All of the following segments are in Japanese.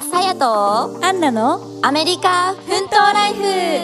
さやとアンナのアメリカ奮闘ライフ。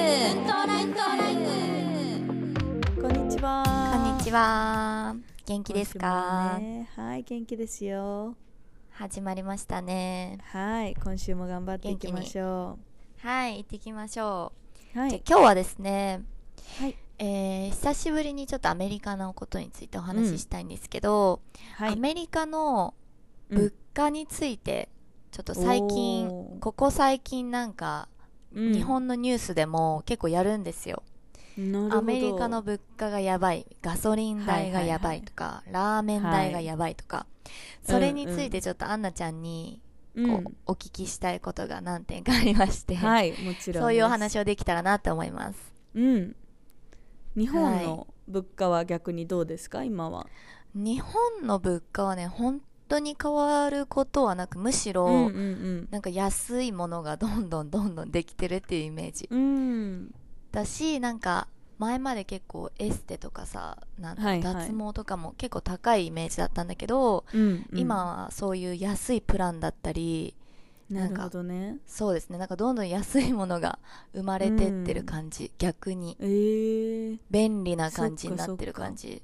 こんにちは。 こんにちは。元気ですか？ ね、はい、元気ですよ。 始まりましたね。 はい、今週も頑張っていきましょはい、行ってきましょう。 う。はい、 じゃあ今日はですね、 はい、 久しぶりにちょっとアメリカのことについてお話ししたいんですけど、 はい、 アメリカの物価について、ちょっと最近、ここ最近なんか、日本のニュースでも結構やるんですよ。アメリカの物価がやばい、ガソリン代がやばいとか、ラーメン代がやばいとか、それについてちょっとアンナちゃんにこう、お聞きしたいことが何点かありまして、 はい、もちろんそういうお話をできたらなと思います。 日本の物価は逆にどうですか、今は。 日本の物価はね、本当に変わることはなく、むしろ、なんか安いものがどんどんできてるっていうイメージ、だし、なんか前まで結構エステとかさ、なんか脱毛とかも結構高いイメージだったんだけど、今はそういう安いプランだったり、 なるほどね。 そうですね、なんかどんどん安いものが生まれてってる感じ、逆に、便利な感じになってる感じ。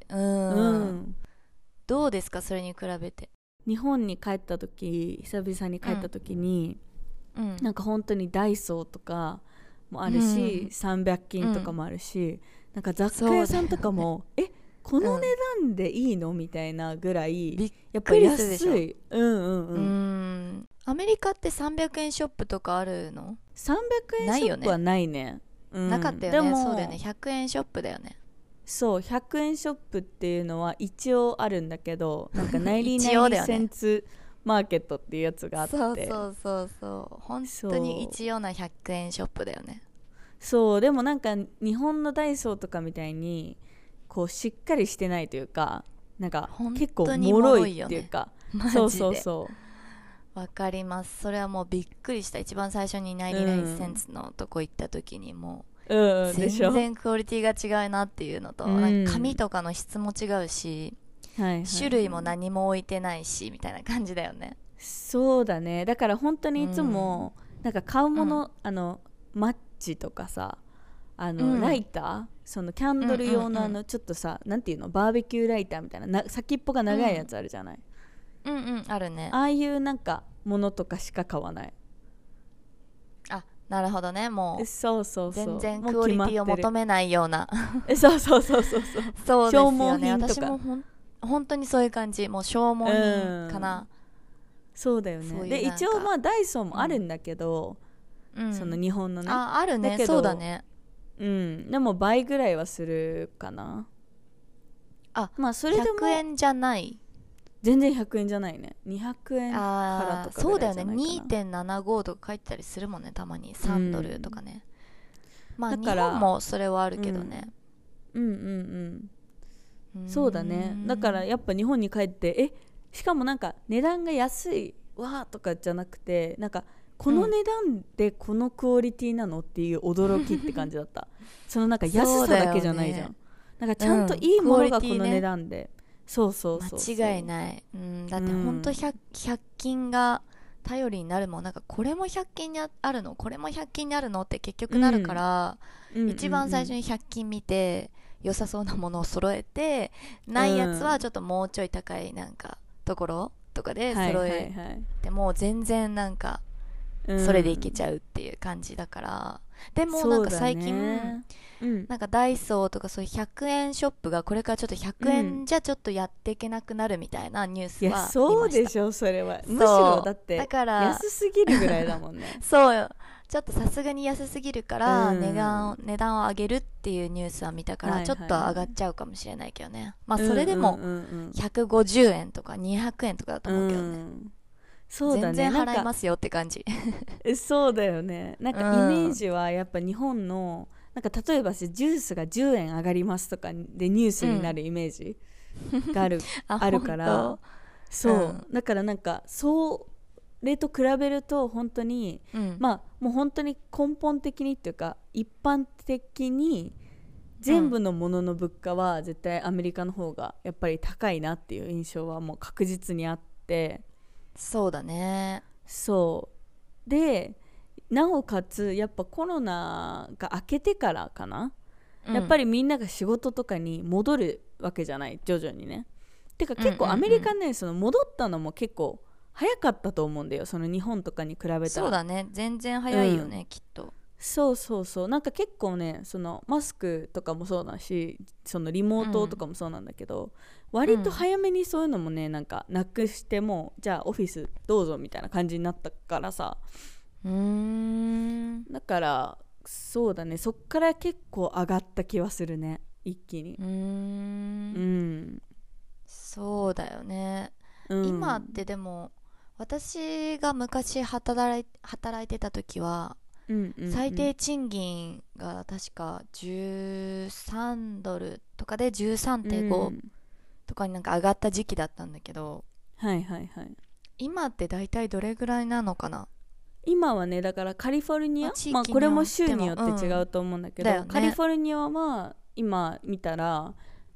どうですか、それに比べて。 日本に帰った時、久々に帰った時に、なんか本当にダイソーとかもあるし、300均とかもあるし、なんか雑貨屋さんとかも、この値段でいいのみたいなぐらい、やっぱり安い。 アメリカって300円ショップとかあるの ？300円ショップはないね。 なかったよね。そうだよね、100円ショップだよね。 そう、100円ショップっていうのは一応あるんだけど、なんか99センツマーケットっていうやつがあって、 そう本当に一応な100円ショップだよね。 そう、でもなんか日本のダイソーとかみたいにこうしっかりしてないというか、なんか結構もろいっていうか、 わかります。それはもうびっくりした。一番最初に99センツのとこ行った時にもう、全然クオリティが違うなっていうのと、なんか紙とかの質も違うし、種類も何も置いてないしみたいな感じだよね。 そうだね。だから本当にいつもなんか買うもの、マッチとかさ、ライター、そのキャンドル用のちょっとさ、なんていうの、バーベキューライターみたいな、先っぽが長いやつあるじゃない。 あるね。 ああいうなんかものとかしか買わない。 あ、なるほどね。もう全然クオリティを求めないようなそうそうですよね。私も本当にそういう感じ。もう消耗品かな。 そうだよね。で一応まあダイソーもあるんだけど、その日本のね、 あるね。そうだね。 でも倍ぐらいはするかな。 まあそれでも100円じゃない。 全然100円じゃないね。200円からとかぐらいじゃないかな。 そうだよね。2.75 とか書いてたりするもんね、たまに。3ドルとかね。まあ日本もそれはあるけどね。 そうだね。だからやっぱ日本に帰ってしかもなんか値段が安いわとかじゃなくて、なんかこの値段でこのクオリティなのっていう驚きって感じだったそのなんか安さだけじゃないじゃん、なんかちゃんといいものがこの値段で、 間違いない、だってほんと 100均が頼りになるもん。なんかこれも100均にあるの、これも100均にあるのって結局なるから、一番最初に100均見て良さそうなものを揃えて、ないやつはちょっともうちょい高いなんかところとかで揃えて、もう全然なんかそれでいけちゃうっていう感じだから。でもなんか最近、なんかダイソーとかそういう100円ショップがこれからちょっと100円じゃちょっとやっていけなくなるみたいなニュースは見ました。 そうでしょ、それは。むしろだって安すぎるぐらいだもんねそうよ、ちょっとさすがに安すぎるから、値段を上げるっていうニュースは見たから、ちょっと上がっちゃうかもしれないけどね。まあそれでも150円とか200円とかだと思うけどね。そうだね、全然払いますよって感じそうだよね。なんかイメージはやっぱ日本のなんか例えばジュースが10円上がりますとかでニュースになるイメージがあるから、そう、だからなんかそれと比べると本当に、まあもう本当に根本的にっていうか一般的に全部のものの物価は絶対アメリカの方がやっぱり高いなっていう印象はもう確実にあって。 そうだね。 そでなおかつやっぱコロナが明けてからかな、やっぱりみんなが仕事とかに戻るわけじゃない、徐々にね。てか結構アメリカね、その戻ったのも結構早かったと思うんだよ、その日本とかに比べたら。 そうだね、全然早いよね、きっと。 そうそうそう、なんか結構ね、そのマスクとかもそうだし、そのリモートとかもそうなんだけど、割と早めにそういうのもね、なんかなくしても、じゃあオフィスどうぞみたいな感じになったからさ。だからそうだね、そっから結構上がった気はするね、一気に。 そうだよね、今ってでも私が昔働いてた時は、最低賃金が確か13ドルとかで 13.5 とかになんか上がった時期だったんだけど、今って大体どれぐらいなのかな。 今はね、だからカリフォルニア、これも州によって違うと思うんだけど、カリフォルニアは今見たら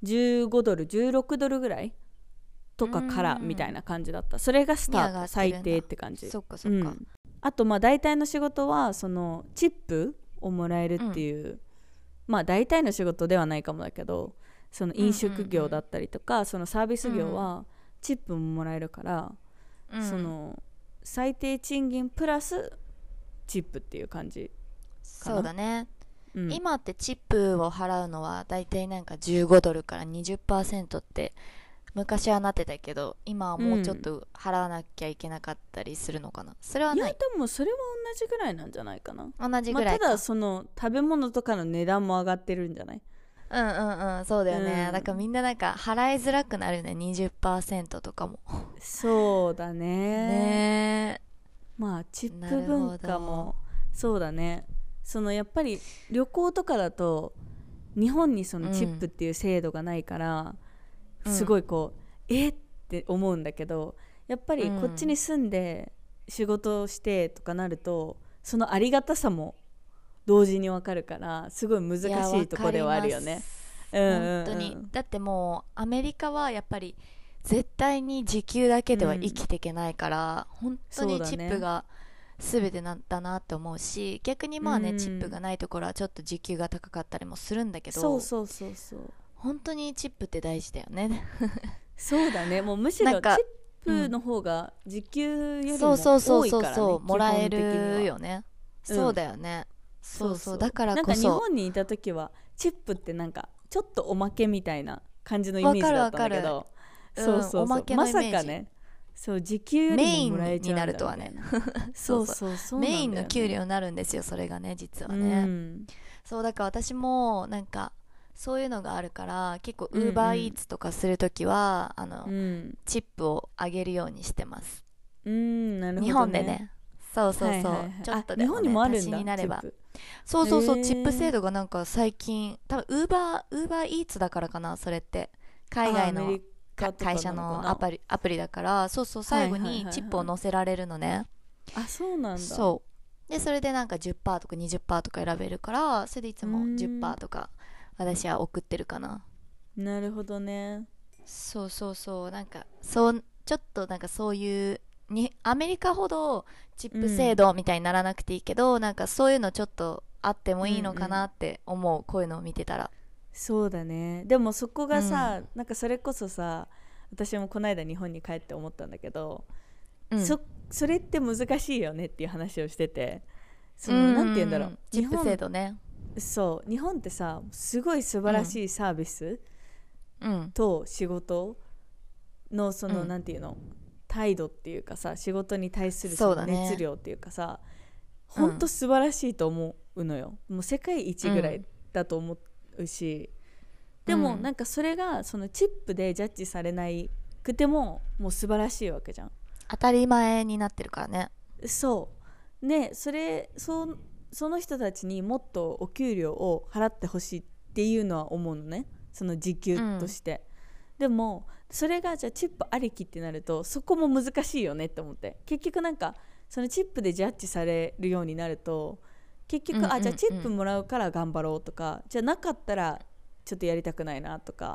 15ドル16ドルぐらいとかからみたいな感じだった。それがスタート、最低って感じ。 そっかそっか。 あと大体の仕事はそのチップをもらえるっていう、大体の仕事ではないかもだけど、その飲食業だったりとか、そのサービス業はチップももらえるから、その最低賃金プラスチップっていう感じかな。 そうだね、今ってチップを払うのはだいたいなんか15ドルから 20% って昔はなってたけど、今はもうちょっと払わなきゃいけなかったりするのかな。それはない。 いやでもそれは同じぐらいなんじゃないかな。 同じぐらいか、 ただその食べ物とかの値段も上がってるんじゃない。 そうだよね、だからみんななんか払いづらくなるよね、 20% とかも。 そうだね。チップ文化もそうだね。そのやっぱり旅行とかだと日本にそのチップっていう制度がないから、すごいこうって思うんだけど、やっぱりこっちに住んで仕事をしてとかなると、そのありがたさも同時に分かるから、すごい難しいところではあるよね。 本当に。だってもうアメリカはやっぱり絶対に時給だけでは生きていけないから、本当にチップが全てなんだなって思うし、逆にチップがないところはちょっと時給が高かったりもするんだけど、本当にチップって大事だよね。 そうだね、もうむしろチップの方が時給よりも多いからね、 もらえるよね。そうだよね。そうだからこそ、 なんか日本にいた時はチップってなんかちょっとおまけみたいな感じのイメージだったんだけど、 おまけのイメージ、 まさかね、そう時給よりももらえちゃうんだ、ね、 メインになるとはね。 そうメインの給料になるんですよ、それがね、実はね。そうだから私もなんかそういうのがあるから、結構ウーバーイーツとかするときは、チップをあげるようにしてます。 なるほどね、 日本でね。そう、ちょっとでもね、足しになれば。そうチップ制度がなんか最近、多分ウーバーイーツだからかな、それって海外の会社のアプリだから、最後にチップを載せられるのね。 そうなんだ。 そうで、それでなんか 10% とか 20% とか選べるから、それでいつも 10% とか私は送ってるかな。 なるほどね。 なんかちょっとなんかそういうアメリカほどチップ制度みたいにならなくていいけど、なんかそういうのちょっとあってもいいのかなって思う、こういうのを見てたら。 そうだね。でもそこがさ、なんかそれこそさ、私もこの間日本に帰って思ったんだけど、それって難しいよねっていう話をしてて、なんて言うんだろう、 チップ制度ね。 そう日本ってさ、すごい素晴らしいサービスと仕事のその、なんていうの、態度っていうかさ、仕事に対するその熱量っていうかさ、ほんと素晴らしいと思うのよ。もう世界一ぐらいだと思うし、でもなんかそれがそのチップでジャッジされなくてももう素晴らしいわけじゃん。 当たり前になってるからね。 そうね、その人たちにもっとお給料を払ってほしいっていうのは思うのね、その時給として、でもそれがじゃあチップありきってなると、そこも難しいよねって思って、結局なんかそのチップでジャッジされるようになると、結局、じゃあチップもらうから頑張ろうとか、じゃあなかったらちょっとやりたくないなとか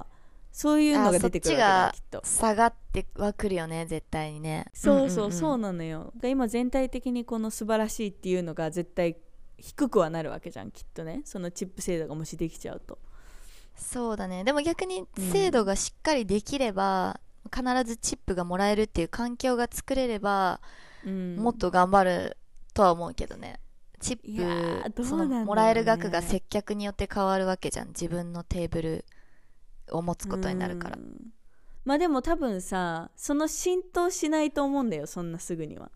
そういうのが出てくるわけだ、きっと。 そっちが下がってはくるよね、絶対にね。 そうそう、そうなのよ。今全体的にこの素晴らしいっていうのが絶対低くはなるわけじゃん、きっとね。そのチップ制度がもしできちゃうと。 そうだね。でも逆に制度がしっかりできれば、必ずチップがもらえるっていう環境が作れれば、もっと頑張るとは思うけどね。チップ、そのもらえる額が接客によって変わるわけじゃん。自分のテーブルを持つことになるから。 まあでも多分さ、その浸透しないと思うんだよ、そんなすぐには。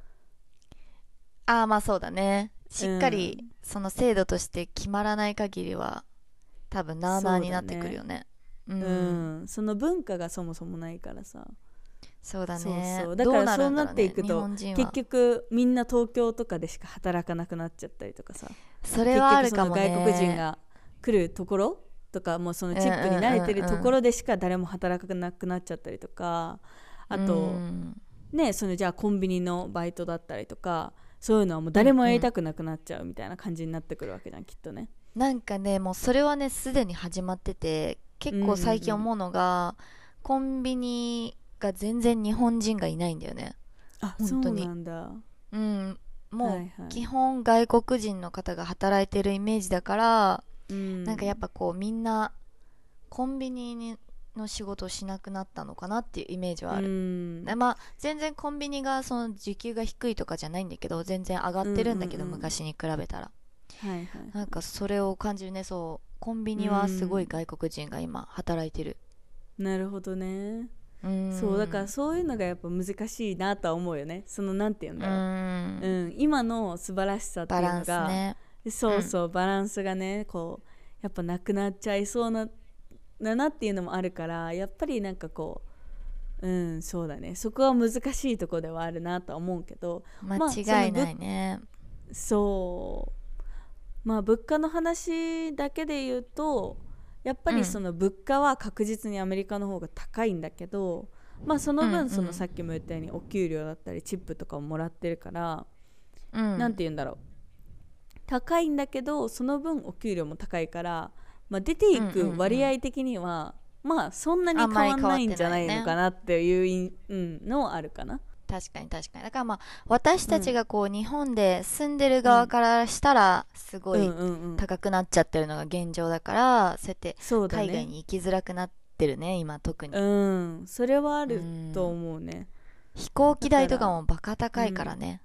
ああ、まあそうだね。しっかりその制度として決まらない限りは多分なあなあになってくるよね。 その文化がそもそもないからさ。 そうだね。 そうだからそうなっていくと、結局みんな東京とかでしか働かなくなっちゃったりとかさ。 それはあるかもね。 結局その外国人が来るところとか、もうそのチップに慣れてるところでしか誰も働かなくなっちゃったりとか、あとね、そのじゃあコンビニのバイトだったりとか、そういうのはもう誰もやりたくなくなっちゃうみたいな感じになってくるわけじゃん、きっとね。 なんかね、もうそれはね、すでに始まってて、結構最近思うのが、コンビニが全然日本人がいないんだよね。 あ、本当に。そうなんだ。 もう基本外国人の方が働いてるイメージだから、なんかやっぱこうみんなコンビニの仕事をしなくなったのかなっていうイメージはある。まあ全然コンビニがその時給が低いとかじゃないんだけど、全然上がってるんだけど、昔に比べたら。なんかそれを感じるね。そうコンビニはすごい外国人が今働いてる。 なるほどね。そうだからそういうのがやっぱ難しいなとは思うよね。そのなんていうんだろう、今の素晴らしさっていうのがバランスね。そうそう、バランスがね、こうやっぱなくなっちゃいそうなっていうのもあるから、やっぱりなんかこうそうだね、そこは難しいところではあるなとは思うけど、 間違いないね。 そうまあ物価の話だけで言うと、やっぱりその物価は確実にアメリカの方が高いんだけど、まあその分そのさっきも言ったようにお給料だったりチップとかをもらってるから、なんて言うんだろう、高いんだけどその分お給料も高いから、まあ、出ていく割合的には、まあそんなに変わんないんじゃないのかなっていうのはあるかな。 確かに確かに。だからまあ私たちがこう日本で住んでる側からしたらすごい高くなっちゃってるのが現状だから、そうやって海外に行きづらくなってるね、今特に。 それはあると思うね。 飛行機代とかもバカ高いからね。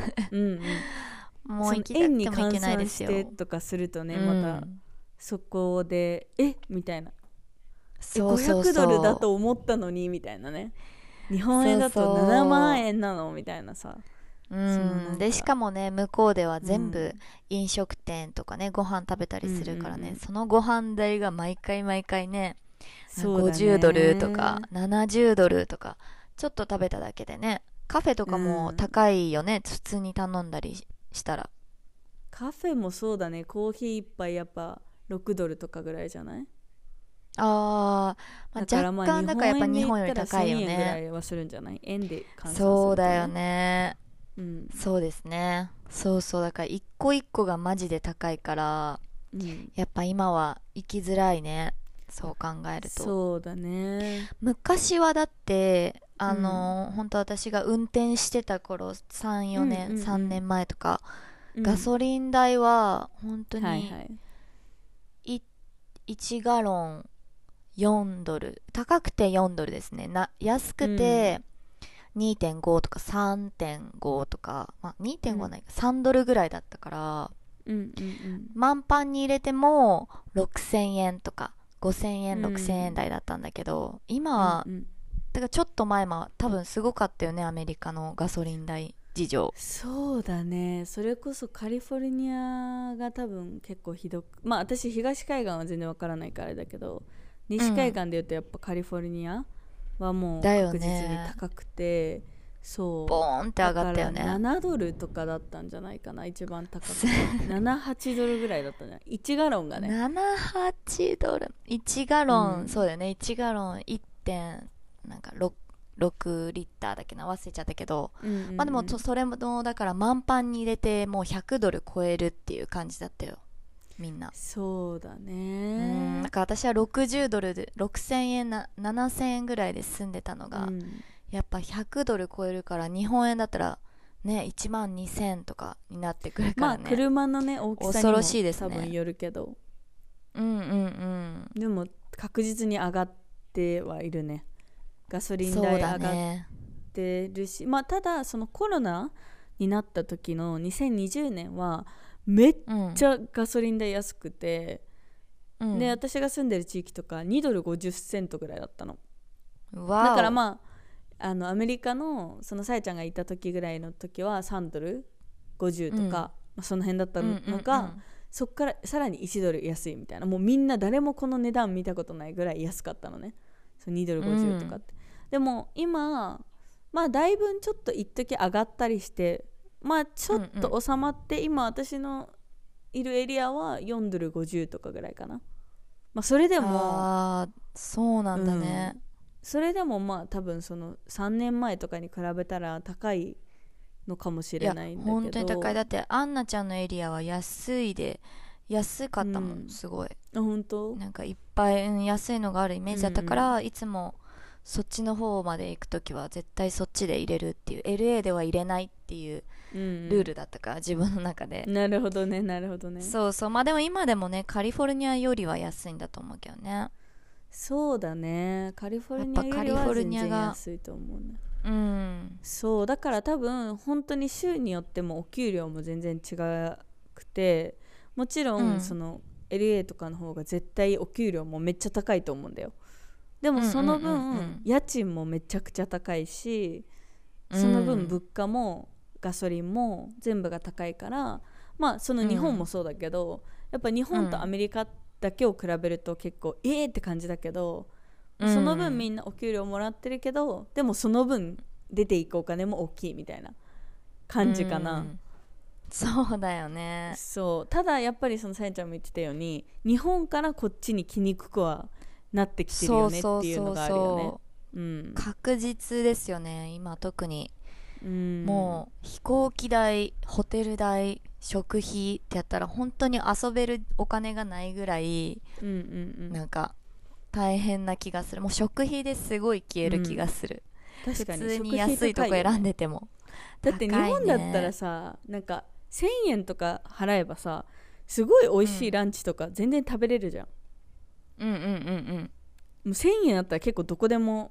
もう行きたくても行けないですよ。 円に換算してとかするとね、またそこでみたいな、500ドルだと思ったのにみたいなね、日本円だと7万円なのみたいなさ。 でしかもね、向こうでは全部飲食店とかね、ご飯食べたりするからね、そのご飯代が毎回毎回ね、50ドルとか70ドルとか、ちょっと食べただけでね。カフェとかも高いよね、普通に頼んだりしたら。 カフェもそうだね、コーヒー一杯やっぱ6ドルとかぐらいじゃない？ まあ、若干だからやっぱ日本より高いよね。 1000円ぐらいはするんじゃない？円で換算するとね。 そうだよね、そうですね。そうそう、だから一個一個がマジで高いから、やっぱ今は行きづらいね、そう考えると。 そうだね。 昔はだって本当私が運転してた頃、3、4年、3年前とか、ガソリン代は本当に1ガロン4ドル、高くて4ドルですね。安くて2.5 とか 3.5 とか、まあ、2.5 はないか、3ドルぐらいだったから、満パンに入れても6000円とか5000円、6000円台だったんだけど、今は、だからちょっと前は多分すごかったよね、アメリカのガソリン代事情。 そうだね、それこそカリフォルニアが多分結構ひどく、まあ私東海岸は全然わからないからだけど、西海岸でいうとやっぱカリフォルニアはもう確実に高くて、そうボーンって上がったよね。 7ドルとかだったんじゃないかな、一番高くて7、8ドルぐらいだったね、1ガロンがね。 7、8ドル1ガロン、そうだよね、1ガロン 1.6リッターだっけな、忘れちゃったけど、まあでもそれもだから満パンに入れてもう100ドル超えるっていう感じだったよ。 みんな。 そうだね。 だから私は60ドルで6000円7000円ぐらいで住んでたのが、やっぱ100ドル超えるから日本円だったらね1万2000とかになってくるからね。 まあ車のね大きさにも恐ろしいですね、 多分よるけど、 でも確実に上がってはいるね。ガソリン代上がってるし、まあただそのコロナになった時の2020年はめっちゃガソリン代安くて、で私が住んでる地域とか2ドル50セントぐらいだったの。だからまあアメリカのそのさやちゃんがいた時ぐらいの時は3ドル50とか、まあ、その辺だったのが、そっからさらに1ドル安いみたいな、もうみんな誰もこの値段見たことないぐらい安かったのね、その2ドル50とかって、でも今まあだいぶちょっと一時上がったりして、まあちょっと収まって、今私のいるエリアは4ドル50とかぐらいかな。まあそれでもそうなんだね、 それでもまあ多分その3年前とかに比べたら高いのかもしれないんだけど。いや本当に高い。だってアンナちゃんのエリアは安かったもん、すごい。 本当なんかいっぱい、安いのがあるイメージだったから、いつもそっちの方まで行くときは絶対そっちで入れるっていう、 LA では入れないっていうルールだったから、自分の中で。 なるほどねなるほどね。 そうそう、まあでも今でもねカリフォルニアよりは安いんだと思うけどね。 そうだね、カリフォルニアよりは全然安いと思うね。そうだから多分本当に州によってもお給料も全然違くて、もちろんその LA とかの方が絶対お給料もめっちゃ高いと思うんだよ。でもその分家賃もめちゃくちゃ高いし、その分物価もガソリンも全部が高いから、まあその日本もそうだけど、やっぱ日本とアメリカだけを比べると結構って感じだけど、その分みんなお給料もらってるけど、でもその分出ていくお金も大きいみたいな感じかな。 そうだよね。 そう、ただやっぱりそのさやちゃんも言ってたように、日本からこっちに来にくくはなってきてるよねっていうのがあるよね。 確実ですよね今特に。もう飛行機代、ホテル代、食費ってやったら本当に遊べるお金がないぐらい、なんか大変な気がする。もう食費ですごい消える気がする、 確かに。 普通に安いとこ選んでても、 だって日本だったらさ、なんか1000円とか払えばさ、すごい美味しいランチとか全然食べれるじゃん。もう1000円あったら結構どこでも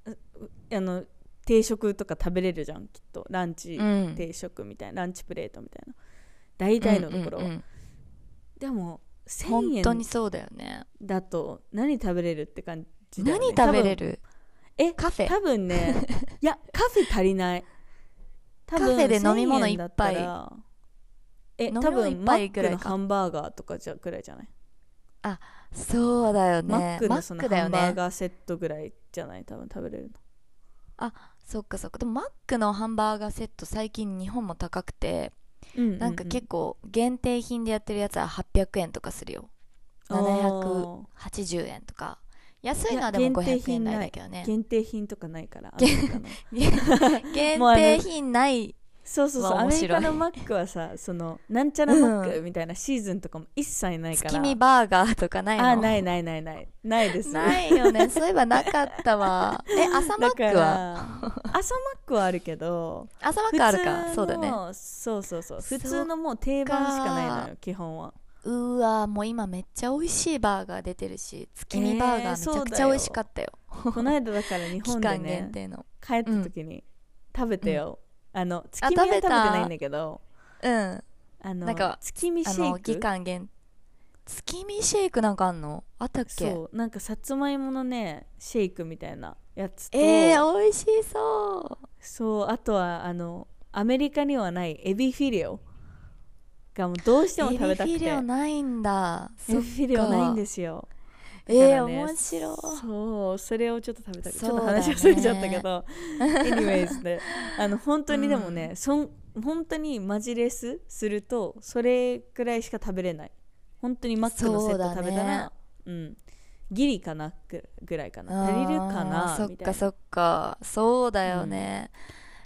定食とか食べれるじゃん、きっと。ランチ定食みたいな、ランチプレートみたいな大体のところは、でも1000円本当にそうだよね。 だと何食べれるって感じだよね。 何食べれる？カフェ？ 多分ねいやカフェ足りない。多分カフェで飲み物いっぱい、 多分マックのハンバーガーとかぐらいじゃない？ あ、そうだよね。 マックのそのハンバーガーセットぐらいじゃない？多分食べれるの。 あ、そっかそっか。でもマックのハンバーガーセット最近日本も高くて、なんか結構限定品でやってるやつは800円とかするよ。780円とか。安いのはでも500円台だけどね。 限定品とかないからアメリカの限定品ない。 そうアメリカのマックはさ、そのなんちゃらマックみたいなシーズンとかも一切ないから。 月見バーガーとかないの？ ないです。 ないよね。そういえばなかったわ。朝マックは？ 朝マックはあるけど、 朝マックあるか。そうだね。 そう普通のもう定番しかないのよ基本は。 うわもう今めっちゃ美味しいバーガー出てるし、月見バーガーめちゃくちゃ美味しかったよ。 この間だから日本でね帰った時に食べてよ。月見は食べてないんだけど、なんか月見シェイク、 期間限月見シェイクなんかあんの？あったっけ？ そうなんかさつまいものねシェイクみたいなやつと、 美味しそう。 そう、あとはアメリカにはないエビフィレオがもうどうしても食べたくて。 エビフィレオないんだ。 エビフィレオないんですよ。 面白い。 そう、それをちょっと食べたくて、ちょっと話がそれちゃったけどanyways で本当にでもね、本当にマジレスするとそれくらいしか食べれない。本当にマックのセット食べたら、ギリかなぐらいかな、足りるかなみたいな。 そっかそうだよね。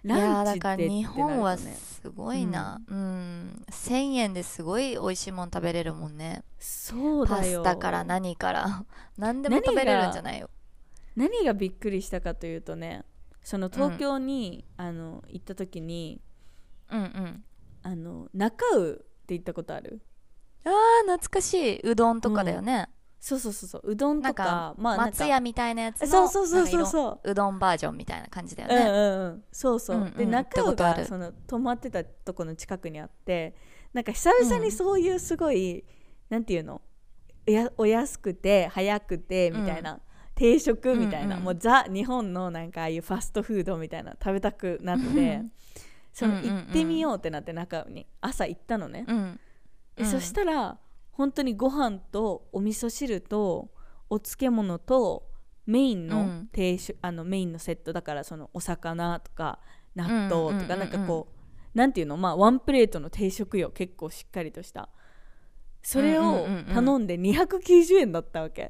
ランチだから日でってな本はるとね。 すごうん、 いな。1000円ですごい美味しいもん食べれるもんね。 そうだパスタからよ。 何から何でも食べれるんじゃ何がないよ。 何がびっくりしたかというとね、その東うん京に行った時に、 うんうん。 中尾って行ったことある？ あー懐かしい。うどんとかだようん、 ね。 そうそうそうそう、うどんなんかとか、まあなんか、 松屋みたいなやつそうのなんかそうそうそうそう、 うどんバージョンみたいな感じだようんね。 うんうん、そうそう、でうんうん。行った中尾ことある。 がその泊まってたとこの近くにあって、なんか久々にうんそういうすごい、なんていうの、お安くて早くてうんみたいな定食うんうみたいな、もうんザ日本のなんかああいうファストフードみたいな食べたくなっうて、 んその行ってみようってなって中尾に朝行ったのね。 うんそしたら本当にご飯とお味噌汁とお漬物とメインのうん定食、メインのセットだから、そのお魚とか納うんうん豆とか、なんかうんこうなんていうの、まあワンプレートの定食よ、結構しっかりとした。そうんうんれを頼んで290円だったわけ。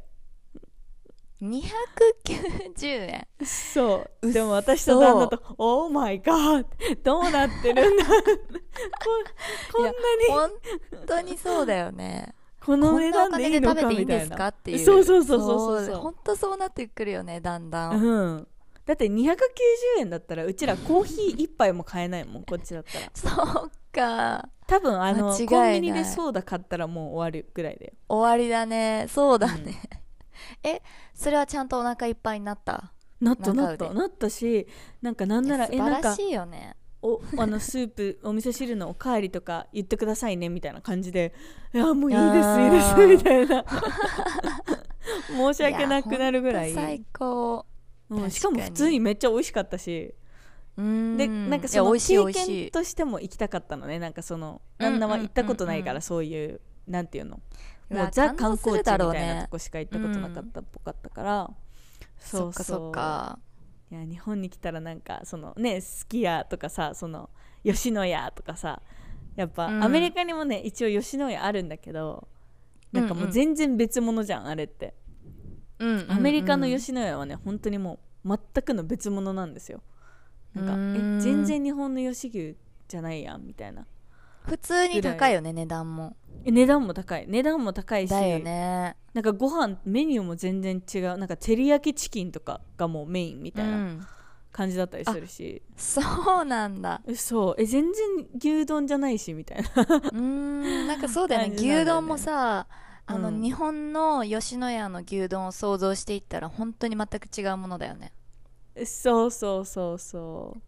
290円。 そううっでも私と旦那そ。 と「オーマイガーどうなってるんだこんなに本当にそうだよね。 この値こんなお段でいいの金で食べていいんですかみたいな。 かっていう。 そうそうそうそうそう本当そうなってくるよね、だんだそう、 ん。 うん、だって290円だったらうちらコーヒー一杯も買えないもん、こっちだったら。 そうか。 多分間違いないコンビニでソーダ買ったらもう終わるぐらいだよ。 終わりだね。そうだうん、 ね。それはちゃんとお腹いっぱいになった？ なったな中尾で。 ったなったし、なんかなんなら素晴なんからしいよね。 スープお味噌汁のおかわりとか言ってくださいねみたいな感じで、いやもういいですいいですみあたいな申しーいや、 訳なくなるぐらい、 ほんと最高。 うん、しか確かに。 も普通にめっちゃ美味しかったし、でなんかいや、 その美味しい美経味しい。 験としても行きたかったのね。なんかその旦那はうんうん行ったことうんうん。 ないから、そういうなんていうの、 うわ、 もうザ感動観光地するだろうみたいなとね。 こしか行っうたことなかっん。 たっぽかったから、そうそっかそっそか。 う、いや日本に来たらなんかそのね、すき家とかさ、その吉野家とかさ、やっぱアメリうん。 カにもね一応吉野家あるんだけど、なんかもううんうん。 全然別物じゃんあれって。 うんうんアメリカのうん。 吉野家はね本当にもう全くの別物なんですよ。 うーなんか全ん。 然日本の吉牛じゃないやんみたいな普通にぐらい。 高いよね、値段も。 値段も高い、値段も高いだよし、 ね。 なんかご飯メニューも全然違う、なんか照り焼きチキンとかがもうメインみたいなうん。 感じだったりすあ、 るし、 そうなんだ。 そう全然牛丼じゃないしみたいななんかそうだよね。 感じなん牛丼もだよね。 さ、日うん、 本の吉野家の牛丼を想像していったら本当に全く違うものだよね。 そうそうそうそう、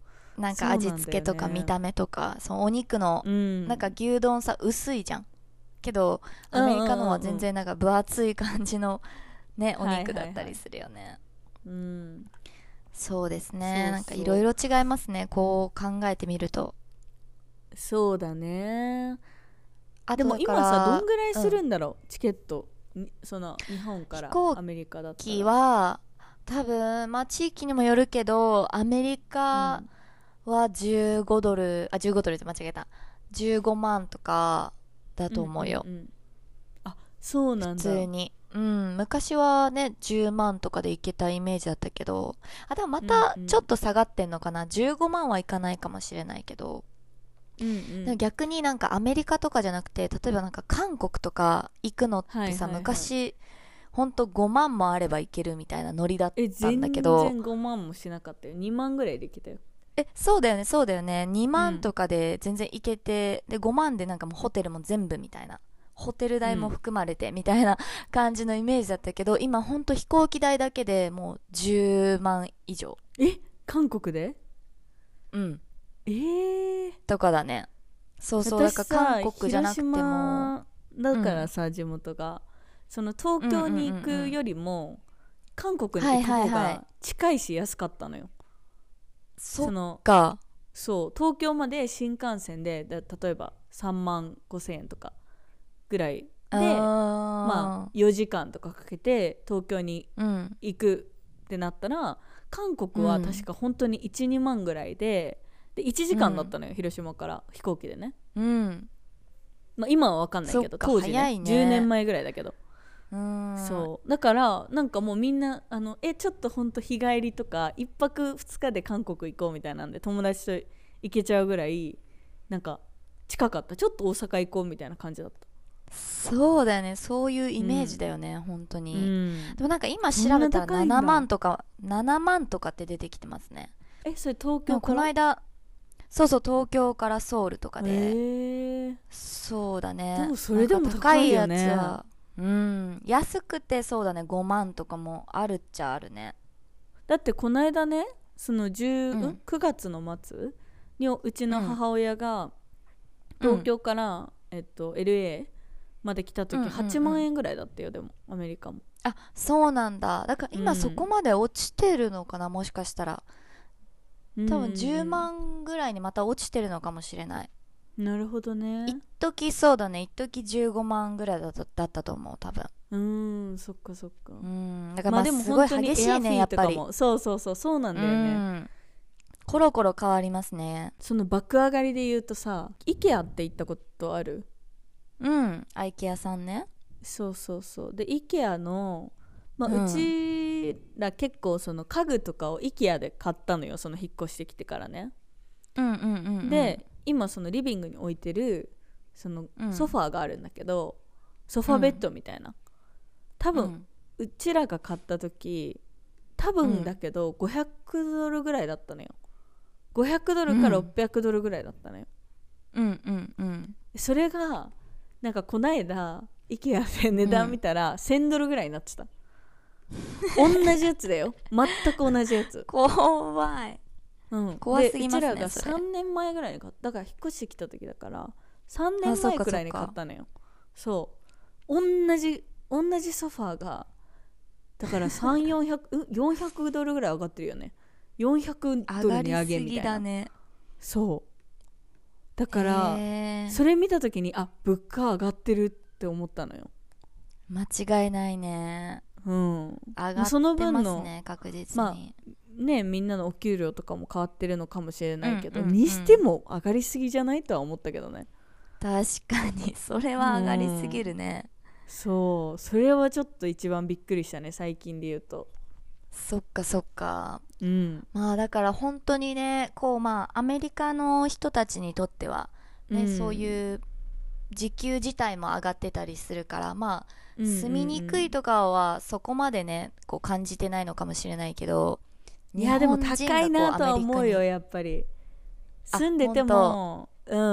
なんかそうなんだ味付けとか見よね。 た目とか、そのお肉の、 うん、 なんか牛丼さ、薄いじゃん。けど、アメリカうんうんのは全うんうん、 然なんか分厚い感じのね、おはい肉だはいはい、 ったりするよね。 うん、 そうですね。 そうなんかいろいろそう、 違いますね。こう考えてみると。 そうだね。であとだかも今さどんら、 ぐらいするんだろう、チケットに、その日本から飛行アメリカだった機ら。 は多分、まあ地域にもよるけど、アメリカうん、 は15ドル、あ、15ドルって間違えた。15万とかだうんうと思うよ。 んうん、あ、そう普なんだ。 通に。昔はね、10万とかで行けたイメージだったけど、でもまうんたちょっうんと下がってんのかな。15万はいかないかもしれないけど、 うんうでもん、 逆になんかアメリカとかじゃなくて、例えばなんか韓国とか行くのってさ、 はいはいはい。 昔、ほんと5万もあれば行けるみたいなノリだったんだけど、 全然5万もしなかったよ。2万ぐらいできたよ。 そうだよね、そうだよね。2万うんとかで全然行けて、で、5万でなんかもうホテルも全部みたいな。ホテル代もうん含まれてみたいな感じのイメージだったけど、今ほんと飛行機代だけでもう10万以上。 韓国で？ うん。 えー、 とかだね。そうそう、だ私から韓さ国じゃな広くても、 島だうん。 からさ、地元がその東うんうんうん京に行うん。 くよりも韓国にはい行くはいはい。 方が近いし安かったのよ。 そっそのか。 そう東京まで新幹線で例えば3万5千円とかぐらいで、まああ 4時間とかかけて東京にー。うん。 行くってなったら、韓国は確うん。 か本当に12万ぐらいで1 う時間だったん。 のよ、広島から飛行機でね。 うん。 まあ今は分かんないけど、 そっか、 当時ね早い 10年ね。 前ぐらいだけど、 そうだからなんかもうみんなちょっとほんと日帰りとか1泊2日で韓国行こうみたいなんで友達と行けちゃうぐらいなんか近かった。ちょっと大阪行こうみたいな感じだった。 そうだよね、そういうイメージだよね、本当に。でもなんか今調べたら7万とかって出てきてますね。 それ東京から？ この間そう東京からソウルとかで、そうだね。 でもそれでも高いよね。 高いやつは安くてそうだね5万とかもあるっちゃあるね。 だってこの間ねその9月の末にうちの母親が東京から、LA まで来た時8万円ぐらいだったよ。でもアメリカも。 あ、そうなんだ。だから今そこまで落ちてるのかな、もしかしたら。多分10万ぐらいにまた落ちてるのかもしれない。 なるほどね。 一時そうだね、一時15万ぐらいだったと思う、多分。 そっかそっか。 だからまあでもすごい激しいね、やっぱり。 そうなんだよね。 コロコロ変わりますね。 その爆上がりで言うとさ、IKEA って行ったことある？ IKEA さんね。 そうで IKEA のうちら結構その家具とかを IKEA で買ったのよ、その引っ越してきてからね。で今そのリビングに置いてるそのソファーがあるんだけど、ソファベッドみたいな、多分うちらが買った時多分だけど500ドルぐらいだったのよ。500ドルか600ドルぐらいだったのよ。それがなんかこないだ IKEA で値段見たら1000ドルぐらいになってた。同じやつだよ、全く同じやつ。 怖い。怖すぎますね。 でうちらが3年前ぐらいに買った、だから引っ越してきた時だから3年前くらいに買ったのよ。そう同じソファーがだから400ドルぐらい上がってるよね。400ドル値上げみたいな。上がりすぎだね。そうだからそれ見た時に物価上がってるって思ったのよ。 間違いないね。上がってますね、その分の確実に。 みんなのお給料とかも変わってるのかもしれないけど、にしても上がりすぎじゃないとは思ったけどね。 確かにそれは上がりすぎるね。 それはちょっと一番びっくりしたね、最近で言うと。 そっか、まあだから本当にね、こうアメリカの人たちにとってはね、そういう時給自体も上がってたりするから、住みにくいとかはそこまでねこう感じてないのかもしれないけど、 いやでも高いなとは思うよ、やっぱり。住んでても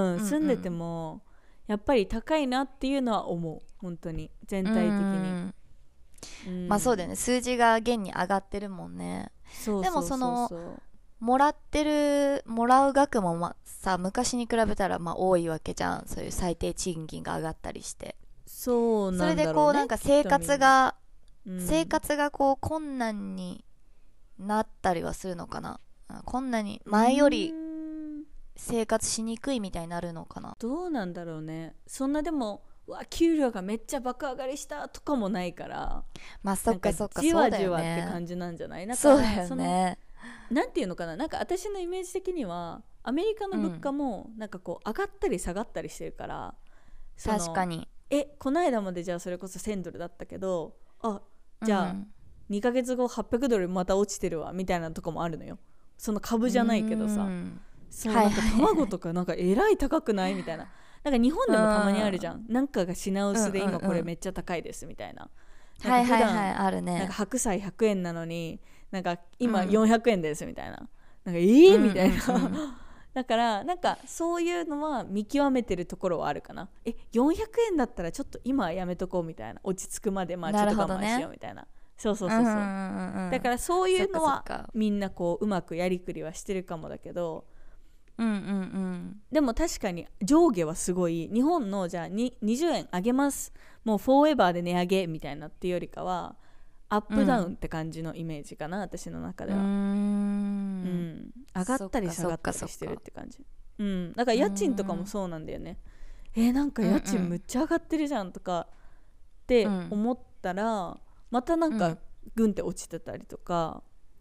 やっぱり高いなっていうのは思う、本当に全体的に。 そうだよね、数字が現に上がってるもんね。でもそのもらう額もさ、昔に比べたら多いわけじゃん。そういう最低賃金が上がったりして、 そうなんだろうね。 それでこうなんか生活がこう困難になったりはするのかな。こんなに前より生活しにくいみたいになるのかな。 どうなんだろうね。そんなでも給料がめっちゃ爆上がりしたとかもないから、 そっかじわじわって感じなんじゃない？ そうだよね。 なんていうのかな、なんか私のイメージ的にはアメリカの物価もなんかこう上がったり下がったりしてるから、 確かにこの間までじゃあそれこそ1000ドルだったけど、じゃあ2ヶ月後800ドルまた落ちてるわみたいなとこもあるのよ。その株じゃないけどさ、なんか卵とかなんかえらい高くないみたいな。なんか日本でもたまにあるじゃん、なんかが品薄で今これめっちゃ高いですみたいな。 普段あるね。 なんか白菜100円なのになんか今400円ですみたいな、なんかみたいなだからなんかそういうのは見極めてるところはあるかな。400円だったらちょっと今はやめとこうみたいな、落ち着くまでちょっと我慢しようみたいな。そうだからそういうのはみんなこううまくやりくりはしてるかもだけど、でも確かに上下はすごい。日本のじゃあ20円上げますもうフォーエバーで値上げみたいなっていうよりかはアップダウンって感じのイメージかな、私の中では。上がったり下がったりしてるって感じ。だから家賃とかもそうなんだよね。なんか家賃むっちゃ上がってるじゃんとかって思ったら、またなんかグンって落ちてたりとか。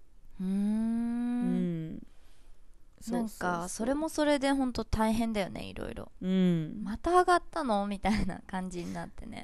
なんかそれもそれで本当大変だよね、いろいろ。また上がったのみたいな感じになってね。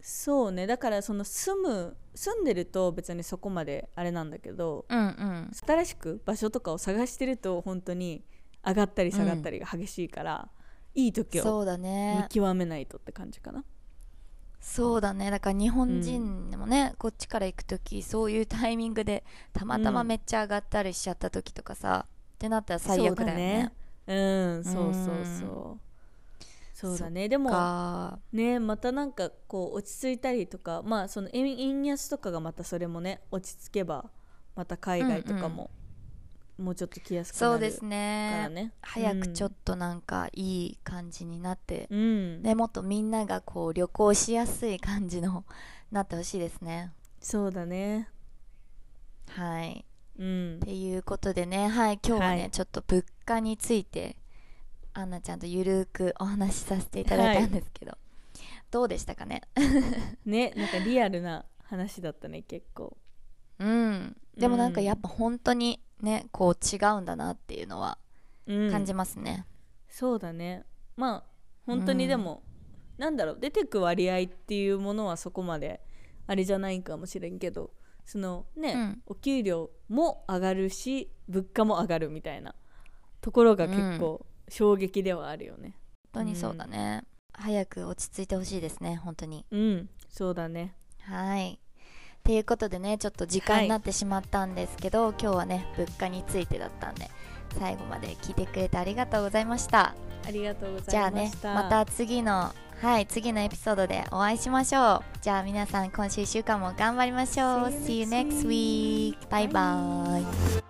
そうね、だからその住んでると別にそこまであれなんだけど、 うんうん、 新しく場所とかを探してると本当に上がったり下がったりが激しいから、いい時を見極めないとって感じかな。 そうだね、だから日本人でもね、こっちから行く時そういうタイミングでたまたまめっちゃ上がったりしちゃった時とかさ、ってなったら最悪だよね。 そうそうそうそうだね。でもね、またなんかこう落ち着いたりとか、まあその円安とかがまたそれもね落ち着けばまた海外とかももうちょっと来やすくなるからね。 そうですね、早くちょっとなんかいい感じになって、ね、もっとみんながこう旅行しやすい感じのなってほしいですね。 そうだね。 はい、っていうことでね、はい、今日はね、ちょっと物価についてアンナちゃんとゆるくお話しさせていただいたんですけど、どうでしたかね。 ね、なんかリアルな話だったね結構。 でもなんかやっぱ本当にねこう違うんだなっていうのは感じますね。 そうだね。まあ本当にでも、なんだろう、出てく割合っていうものはそこまであれじゃないかもしれんけど、そのね、お給料も上がるし物価も上がるみたいなところが結構衝撃ではあるよね。 本当にそうだね、早く落ち着いてほしいですね本当に。 そうだね。 はい、っていうことでね、ちょっと時間になってしまったんですけど、今日はね物価についてだったんで最後まで聞いてくれてありがとうございました。 ありがとうございました。 じゃあね、また次のエピソードでお会いしましょう。じゃあ皆さん今週1週間も頑張りましょう。 See you next week. バイバイ。